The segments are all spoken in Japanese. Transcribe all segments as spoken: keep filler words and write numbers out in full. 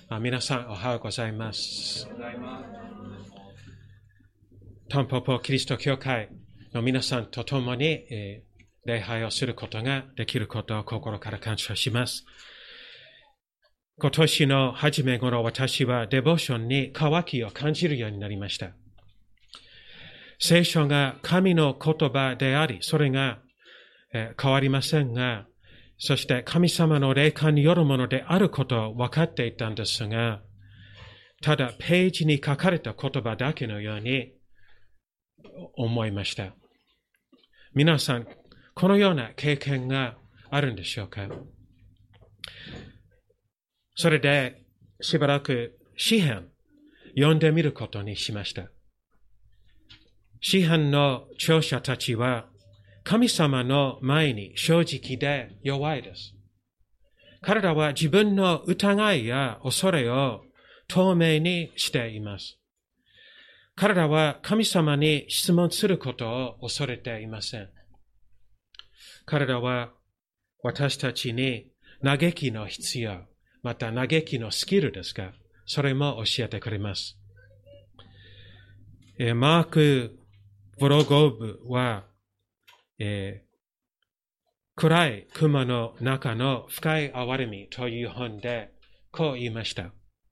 あ皆さん、おはようございます。タンポポキリスト教会の皆さんと共に、えー、礼拝をすることができることを心から感謝します。今年の初め頃、私はデボーションに渇きを感じるようになりました。聖書が神の言葉であり、それが、えー、変わりませんが、そして神様の霊感によるものであることを分かっていたんですが、ただページに書かれた言葉だけのように思いました。皆さん、このような経験があるんでしょうか？それでしばらく詩編読んでみることにしました。詩編の著者たちは神様の前に正直で弱いです。彼らは自分の疑いや恐れを透明にしています。彼らは神様に質問することを恐れていません。彼らは私たちに嘆きの必要、また嘆きのスキルですが、それも教えてくれます。マーク・ブロゴブは、えー、暗い雲の中の深い憐れみという本でこう言いました。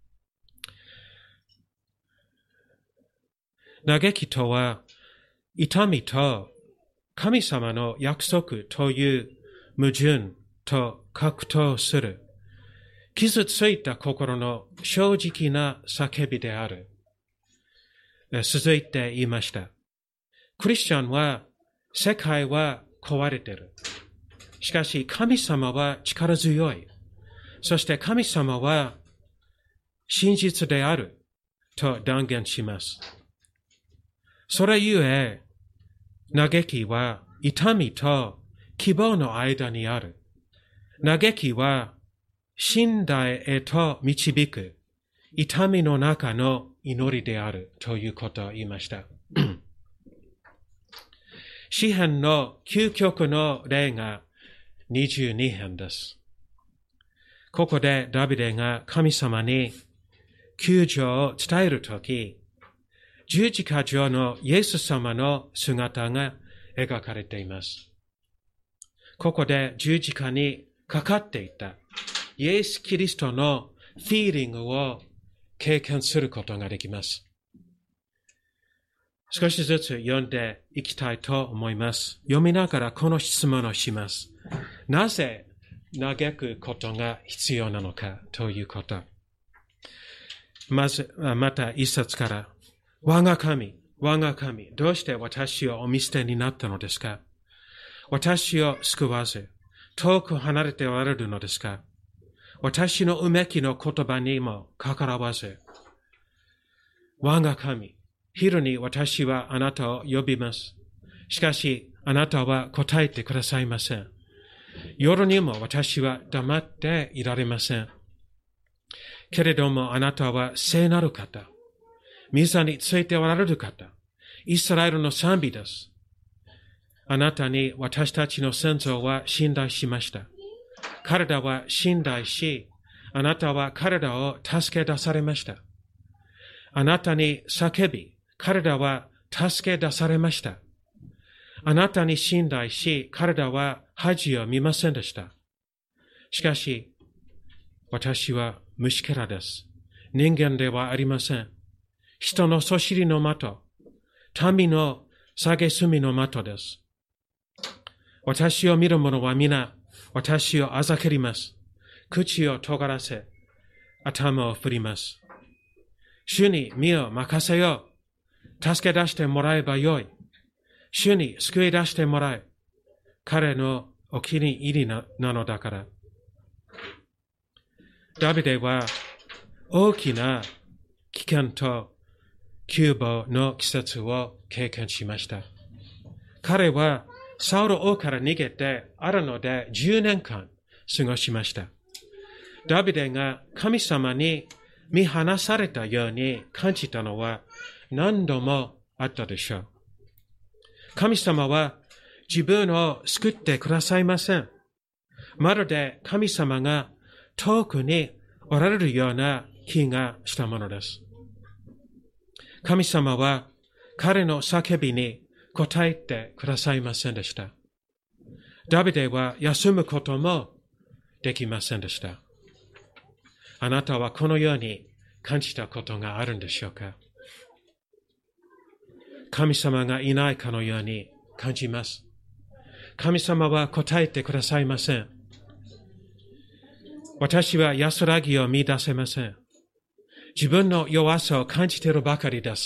嘆きとは、痛みと神様の約束という矛盾と格闘する、傷ついた心の正直な叫びである。続いて言いました。クリスチャンは、世界は壊れている。しかし神様は力強い。そして神様は真実であると断言します。それゆえ、嘆きは痛みと希望の間にある。嘆きは信頼へと導く痛みの中の祈りであるということを言いました。詩編の究極の例がにじゅうにへんです。ここでダビデが神様に救助を伝えるとき、十字架上のイエス様の姿が描かれています。ここで十字架にかかっていたイエス・キリストのフィーリングを経験することができます。少しずつ読んでいきたいと思います。読みながらこの質問をします。なぜ嘆くことが必要なのかということ。まず、また一節から、我が神、我が神、どうして私をお見捨てになったのですか？私を救わず、遠く離れておられるのですか？私のうめきの言葉にもかからわず、我が神、昼に私はあなたを呼びます。しかし、あなたは答えてくださいません。夜にも私は黙っていられません。けれどもあなたは聖なる方。御座についておられる方。イスラエルの賛美です。あなたに私たちの先祖は信頼しました。彼らは信頼し、あなたは彼らを助け出されました。あなたに叫び、彼らは助け出されました。あなたに信頼し、彼らは恥を見ませんでした。しかし、私は虫けらです。人間ではありません。人のそしりの的、民の蔑みの的です。私を見る者は皆、私をあざけります。口を尖らせ、頭を振ります。主に身を任せよう。助け出してもらえばよい。主に救い出してもらえ。彼のお気に入り な, なのだから。ダビデは大きな危険と急暴の季節を経験しました。彼はサウル王から逃げてアラノでじゅうねんかん過ごしました。ダビデが神様に見放されたように感じたのは何度もあったでしょう。神様は自分を救ってくださいません。まるで神様が遠くにおられるような気がしたものです。神様は彼の叫びに答えてくださいませんでした。ダビデは休むこともできませんでした。あなたはこのように感じたことがあるんでしょうか？神様がいないかのように感じます。神様は答えてくださいません。私は安らぎを見出せません。自分の弱さを感じているばかりです。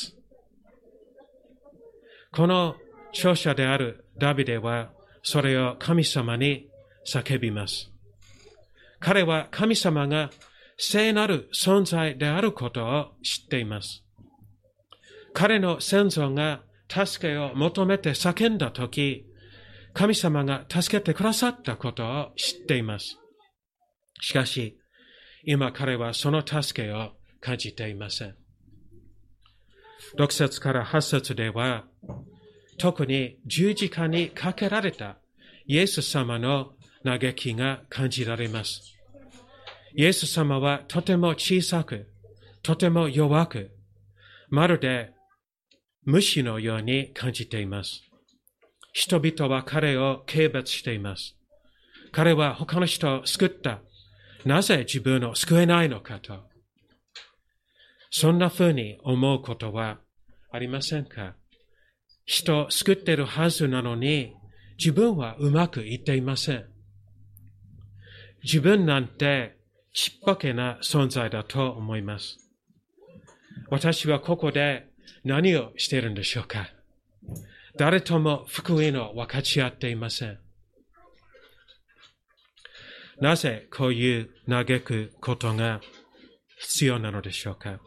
この著者であるダビデはそれを神様に叫びます。彼は神様が聖なる存在であることを知っています。彼の先祖が助けを求めて叫んだとき、神様が助けてくださったことを知っています。しかし、今彼はその助けを感じていません。ろく節からはち節では、特に十字架にかけられたイエス様の嘆きが感じられます。イエス様はとても小さく、とても弱く、まるで虫のように感じています。人々は彼を軽蔑しています。彼は他の人を救った。なぜ自分を救えないのかと。そんな風に思うことはありませんか？人を救っているはずなのに、自分はうまくいっていません。自分なんてちっぽけな存在だと思います。私はここで何をしているんでしょうか？誰とも福音を分かち合っていません。なぜこういう嘆くことが必要なのでしょうか？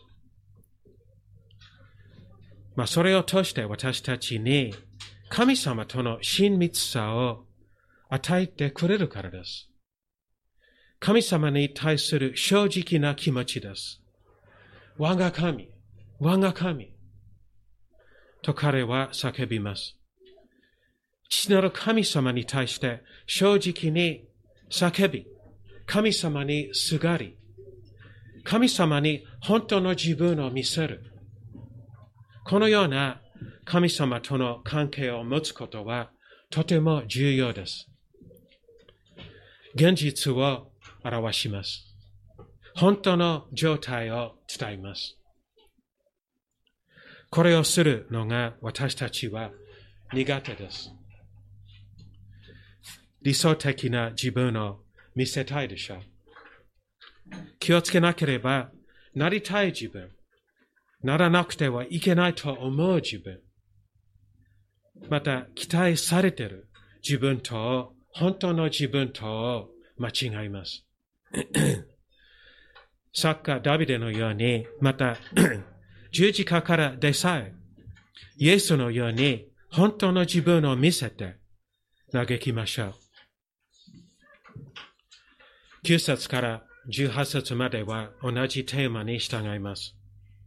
まあ、それを通して私たちに神様との親密さを与えてくれるからです。神様に対する正直な気持ちです。我が神、我が神と彼は叫びます。父なる神様に対して正直に叫び、神様にすがり、神様に本当の自分を見せる。このような神様との関係を持つことはとても重要です。現実を表します。本当の状態を伝えます。これをするのが私たちは苦手です。理想的な自分を見せたいでしょう。気をつけなければなりたい自分、ならなくてはいけないと思う自分、また期待されている自分と本当の自分と間違います。作家ダビデのように、また十字架からでさえイエスのように本当の自分を見せて嘆きましょう。きゅう節からじゅうはち節までは同じテーマに従います。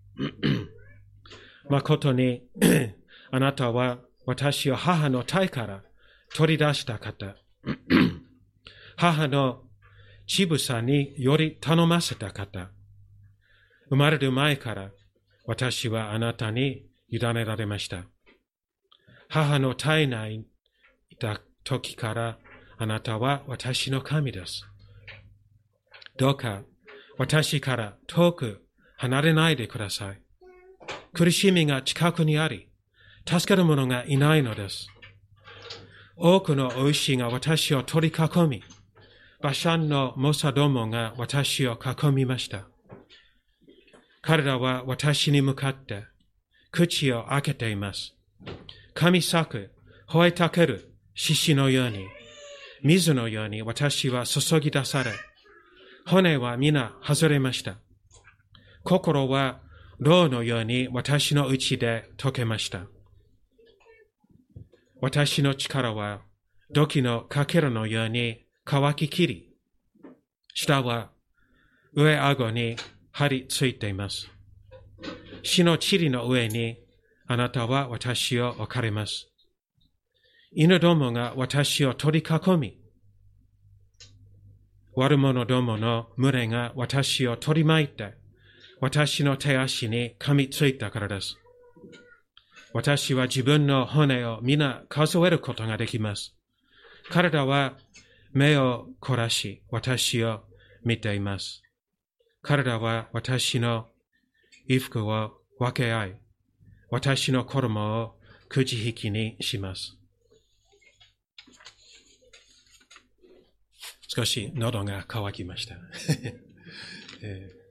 誠にあなたは私を母の胎から取り出した方、母の乳房により頼ませた方、生まれる前から私はあなたに委ねられました。母の体内にいた時からあなたは私の神です。どうか私から遠く離れないでください。苦しみが近くにあり、助ける者がいないのです。多くのお牛が私を取り囲み、バシャンの猛者どもが私を囲みました。彼らは私に向かって口を開けています。噛み裂く、吠えたける獅子のように、水のように私は注ぎ出され、骨は皆外れました。心は牢のように私のうちで溶けました。私の力は土器のかけらのように乾ききり、下は上顎に張り付いています。死の塵の上にあなたは私を置かれます。犬どもが私を取り囲み、 悪者どもの群れが私を取り巻いて、私の手足に噛みついたからです。私は自分の骨を皆数えることができます。彼らは目を凝らし、私を見ています。彼らは私の衣服を分け合い、私の衣をくじ引きにします。少し喉が渇きました。えー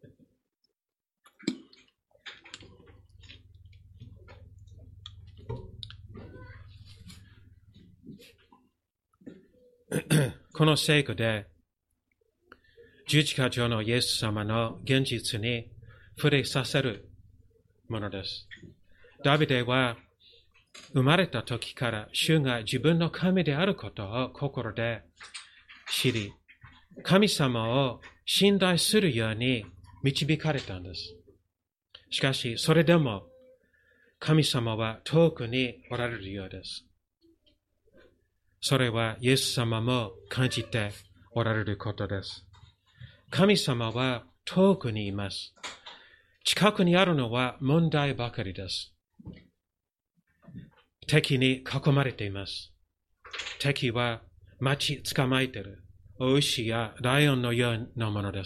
この聖句で、十字架上のイエス様の現実に触れさせるものです。ダビデは生まれた時から主が自分の神であることを心で知り、神様を信頼するように導かれたんです。しかし、それでも神様は遠くにおられるようです。それはイエス様も感じておられることです。神様は遠くにいます。近くにあるのは問題ばかりです。敵に囲まれています。敵は待ち捕まえている。お牛やライオンのようなものです。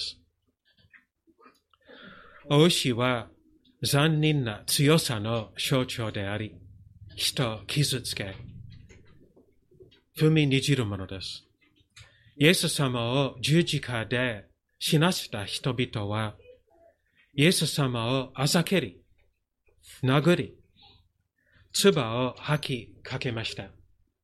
お牛は残忍な強さの象徴であり、人を傷つけ、踏みにじるものです。イエス様を十字架で死なせた人々は、イエス様をあざけり、殴り、唾を吐きかけました。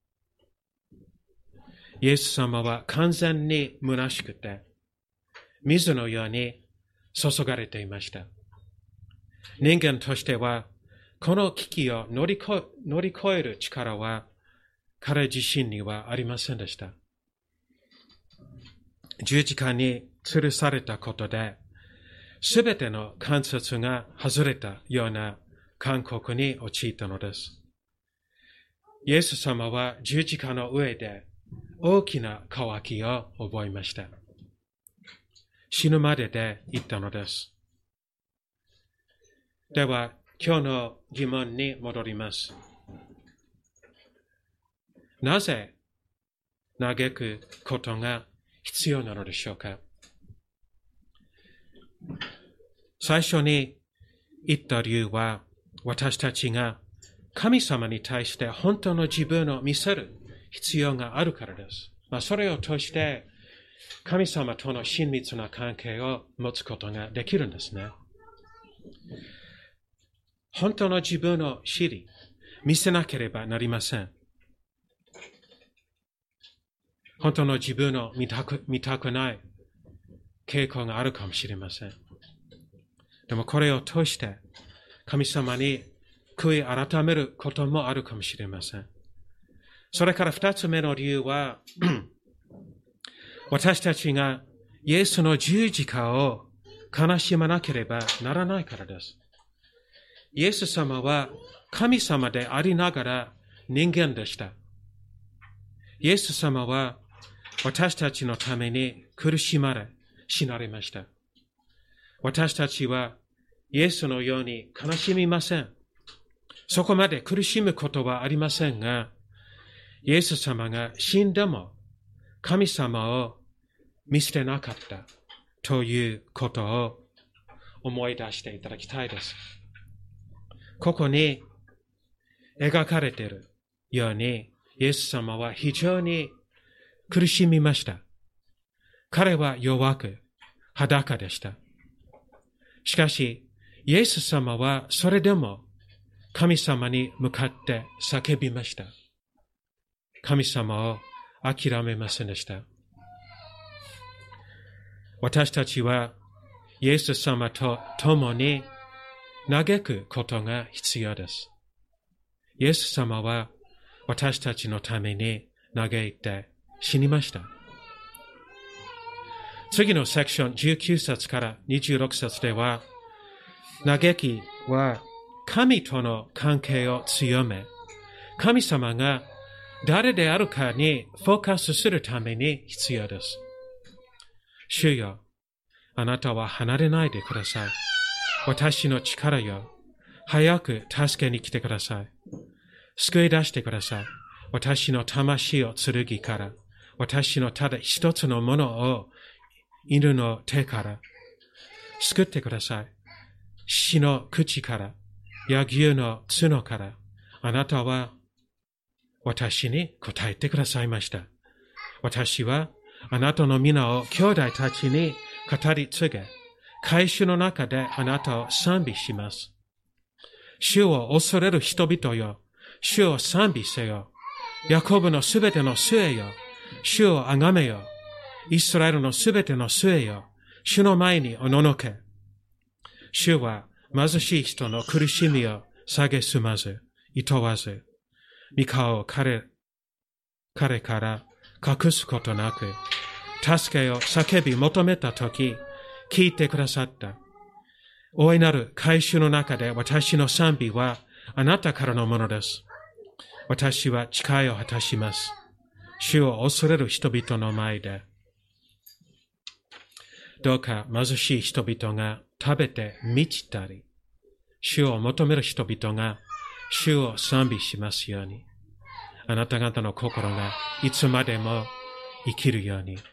イエス様は完全に虚しくて、水のように注がれていました。人間としては、この危機を乗り越え、乗り越える力は、彼自身にはありませんでした。十字架に吊るされたことで、すべての関節が外れたような感覚に陥ったのです。イエス様は十字架の上で大きな渇きを覚えました。死ぬまでで言ったのです。では、今日の疑問に戻ります。なぜ嘆くことが必要なのでしょうか。最初に言った理由は、私たちが神様に対して本当の自分を見せる必要があるからです。まあ、それを通して神様との親密な関係を持つことができるんですね。本当の自分を知り、見せなければなりません。本当の自分を見たく、見たくない傾向があるかもしれません。でもこれを通して神様に悔い改めることもあるかもしれません。それから二つ目の理由は、私たちがイエスの十字架を悲しまなければならないからです。イエス様は神様でありながら人間でした。イエス様は私たちのために苦しまれ、死なれました。私たちはイエスのように悲しみません。そこまで苦しむことはありませんが、イエス様が死んでも神様を見捨てなかったということを思い出していただきたいです。ここに描かれているように、イエス様は非常に苦しみました。彼は弱く、裸でした。しかし、イエス様はそれでも神様に向かって叫びました。神様を諦めませんでした。私たちはイエス様と共に嘆くことが必要です。イエス様は私たちのために嘆いて死にました。次のセクションじゅうきゅう節からにじゅうろく節では、嘆きは神との関係を強め、神様が誰であるかにフォーカスするために必要です。 主よ、あなたは離れないでください。私の力よ、早く助けに来てください。救い出してください。私の魂を剣から、私のただ一つのものを犬の手から救ってください。死の口から、野牛の角から、あなたは私に答えてくださいました。私はあなたの皆を兄弟たちに語り継げ、会衆の中であなたを賛美します。主を恐れる人々よ、主を賛美せよ。ヤコブのすべての末よ、主をあがめよ。イスラエルのすべての末よ、主の前におののけ。主は貧しい人の苦しみを蔑まず、いとわず、御顔を彼、彼から隠すことなく、助けを叫び求めたとき、聞いてくださった。大いなる改宗の中で私の賛美はあなたからのものです。私は誓いを果たします。主を恐れる人々の前で。どうか貧しい人々が食べて満ちたり、主を求める人々が主を賛美しますように。あなた方の心がいつまでも生きるように。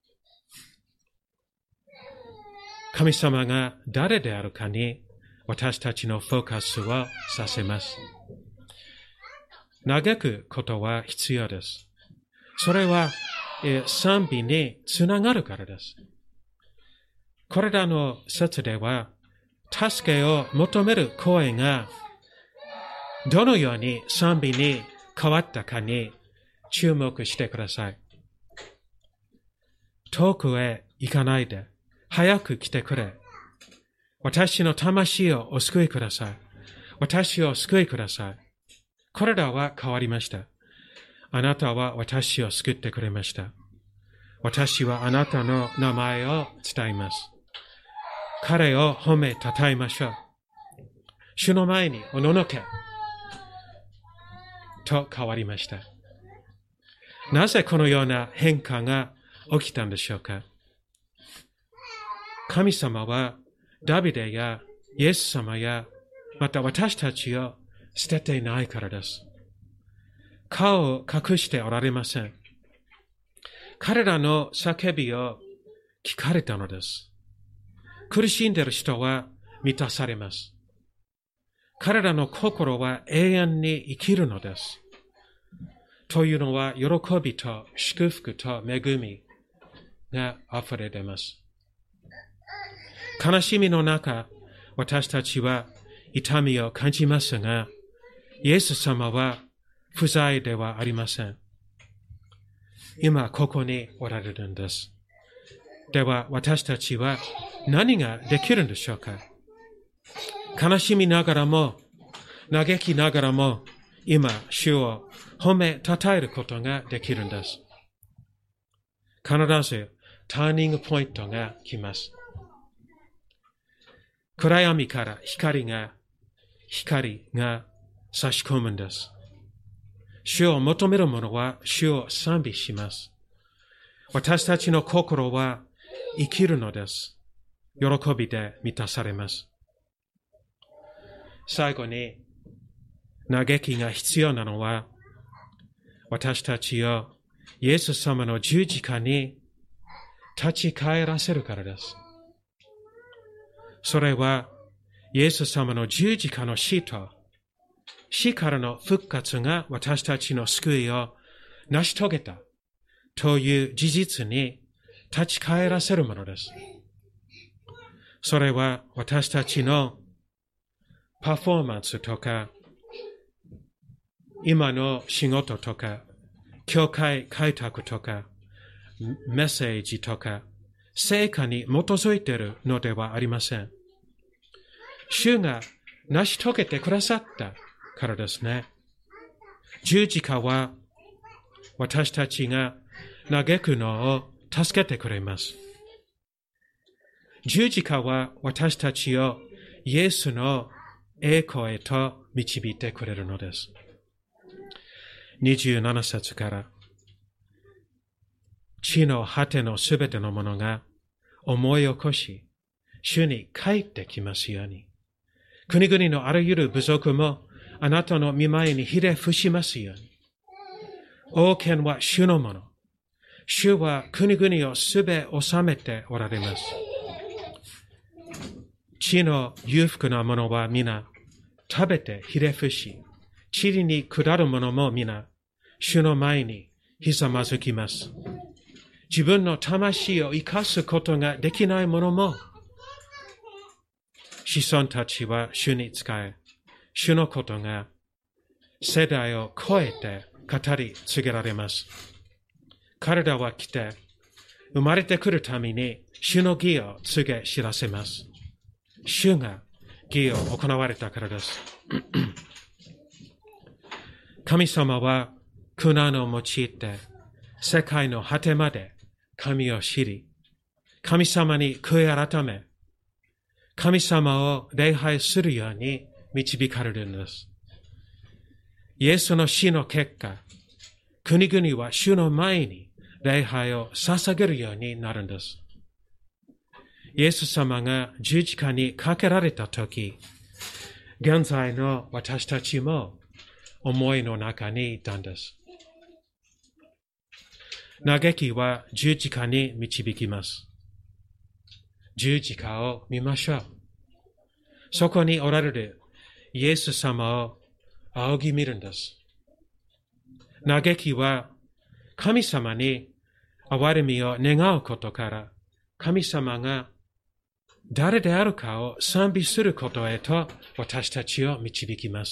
神様が誰であるかに私たちのフォーカスをさせます。嘆くことは必要です。それは、えー、賛美につながるからです。これらの説では、助けを求める声がどのように賛美に変わったかに注目してください。遠くへ行かないで、早く来てくれ。私の魂をお救いください。私を救いください。これらは変わりました。あなたは私を救ってくれました。私はあなたの名前を伝えます。彼を褒めたたえましょう。主の前におののけ。と変わりました。なぜこのような変化が起きたんでしょうか。神様はダビデやイエス様やまた私たちを捨てていないからです。顔を隠しておられません。彼らの叫びを聞かれたのです。苦しんでいる人は満たされます。彼らの心は永遠に生きるのです。というのは、喜びと祝福と恵みが溢れ出ます。悲しみの中、私たちは痛みを感じますが、イエス様は不在ではありません。今ここにおられるんです。では私たちは何ができるんでしょうか。悲しみながらも、嘆きながらも、今、主を褒めたたえることができるんです。必ずターニングポイントが来ます。暗闇から光が、光が差し込むんです。主を求める者は主を賛美します。私たちの心は生きるのです。喜びで満たされます。最後に、嘆きが必要なのは、私たちをイエス様の十字架に立ち返らせるからです。それは、イエス様の十字架の死と、死からの復活が私たちの救いを成し遂げたという事実に立ち返らせるものです。それは私たちのパフォーマンスとか、今の仕事とか、教会開拓とか、メッセージとか、成果に基づいているのではありません。主が成し遂げてくださったからですね。十字架は私たちが嘆くのを助けてくれます。十字架は私たちをイエスの栄光へと導いてくれるのです。にじゅうなな節から、地の果てのすべてのものが思い起こし、主に帰ってきますように。国々のあらゆる部族もあなたの御前にひれ伏しますように。王権は主のもの。主は国々をすべ治めておられます。地の裕福なものは皆食べてひれ伏し、塵に下る者も皆主の前にひざまずきます。自分の魂を生かすことができない者も、子孫たちは主に仕え、主のことが世代を超えて語り継げられます。彼らは来て、生まれてくるために主の義を告げ知らせます。主が義を行われたからです。神様は苦難を用いて世界の果てまで神を知り、神様に悔い改め、神様を礼拝するように導かれるのです。イエスの死の結果、国々は主の前に礼拝を捧げるようになるんです。イエス様が十字架にかけられたとき、現在の私たちも思いの中にいたんです。嘆きは十字架に導きます。十字架を見ましょう。そこにおられるイエス様を仰ぎ見るんです。嘆きは神様に憐れみを願うことから、神様が誰であるかを賛美することへと私たちを導きます。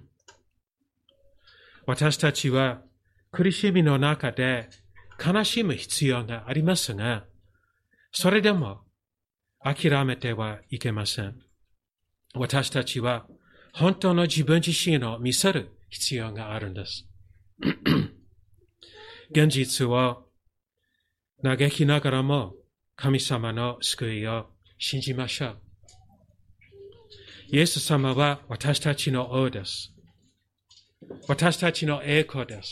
私たちは苦しみの中で悲しむ必要がありますが、それでも諦めてはいけません。私たちは本当の自分自身を見せる必要があるんです。現実を嘆きながらも神様の救いを信じましょう。イエス様は私たちの王です。私たちの栄光です。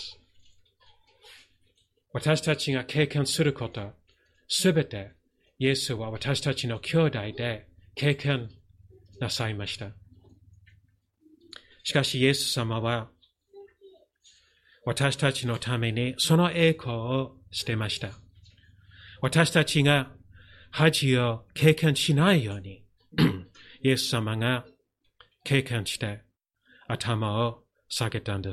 私たちが経験すること、すべてイエスは私たちの兄弟で経験なさいました。しかしイエス様は私たちのためにその栄光を捨てました。私たちが恥を経験しないように、イエス様が経験して頭を下げたんです。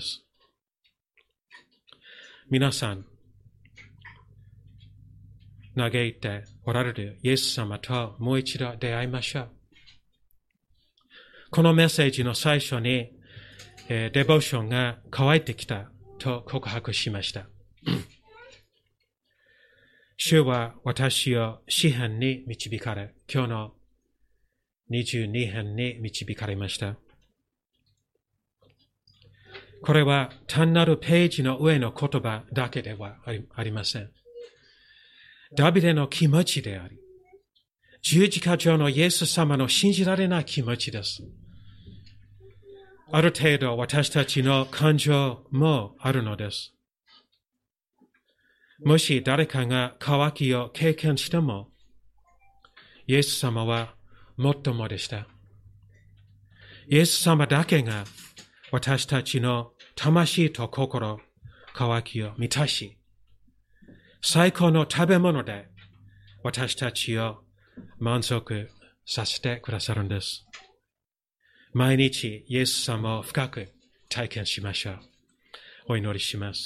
皆さん、嘆いておられるイエス様ともう一度出会いましょう。このメッセージの最初に、えー、デボーションが乾いてきたと告白しました。主は私を詩篇に導かれ、今日のにじゅうに編に導かれました。これは単なるページの上の言葉だけではありません。ダビデの気持ちであり、十字架上のイエス様の信じられない気持ちです。ある程度私たちの感情もあるのです。もし誰かが渇きを経験しても、イエス様は最もでした。イエス様だけが私たちの魂と心、渇きを満たし、最高の食べ物で私たちを満足させてくださるんです。毎日イエス様を深く体験しましょう。お祈りします。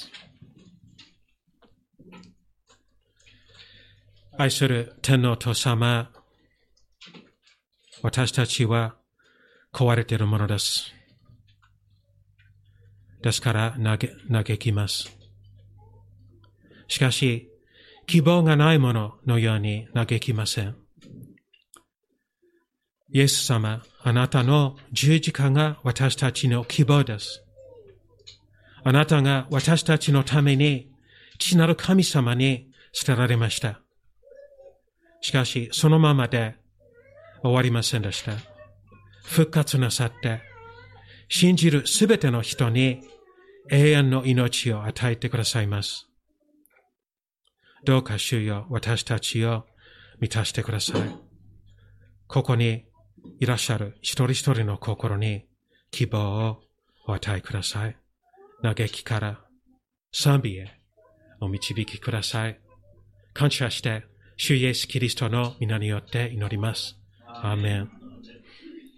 愛する天皇と様、私たちは壊れているものです。ですから嘆、嘆きます。しかし、希望がないもののように嘆きません。イエス様、あなたの十字架が私たちの希望です。あなたが私たちのために父なる神様に捨てられました。しかし、そのままで終わりませんでした。復活なさって、信じるすべての人に永遠の命を与えてくださいます。どうか主よ、私たちを満たしてください。ここにいらっしゃる一人一人の心に希望をお与えください。嘆きから賛美へお導きください。感謝して、主イエスキリストの皆によって祈ります。アーメン。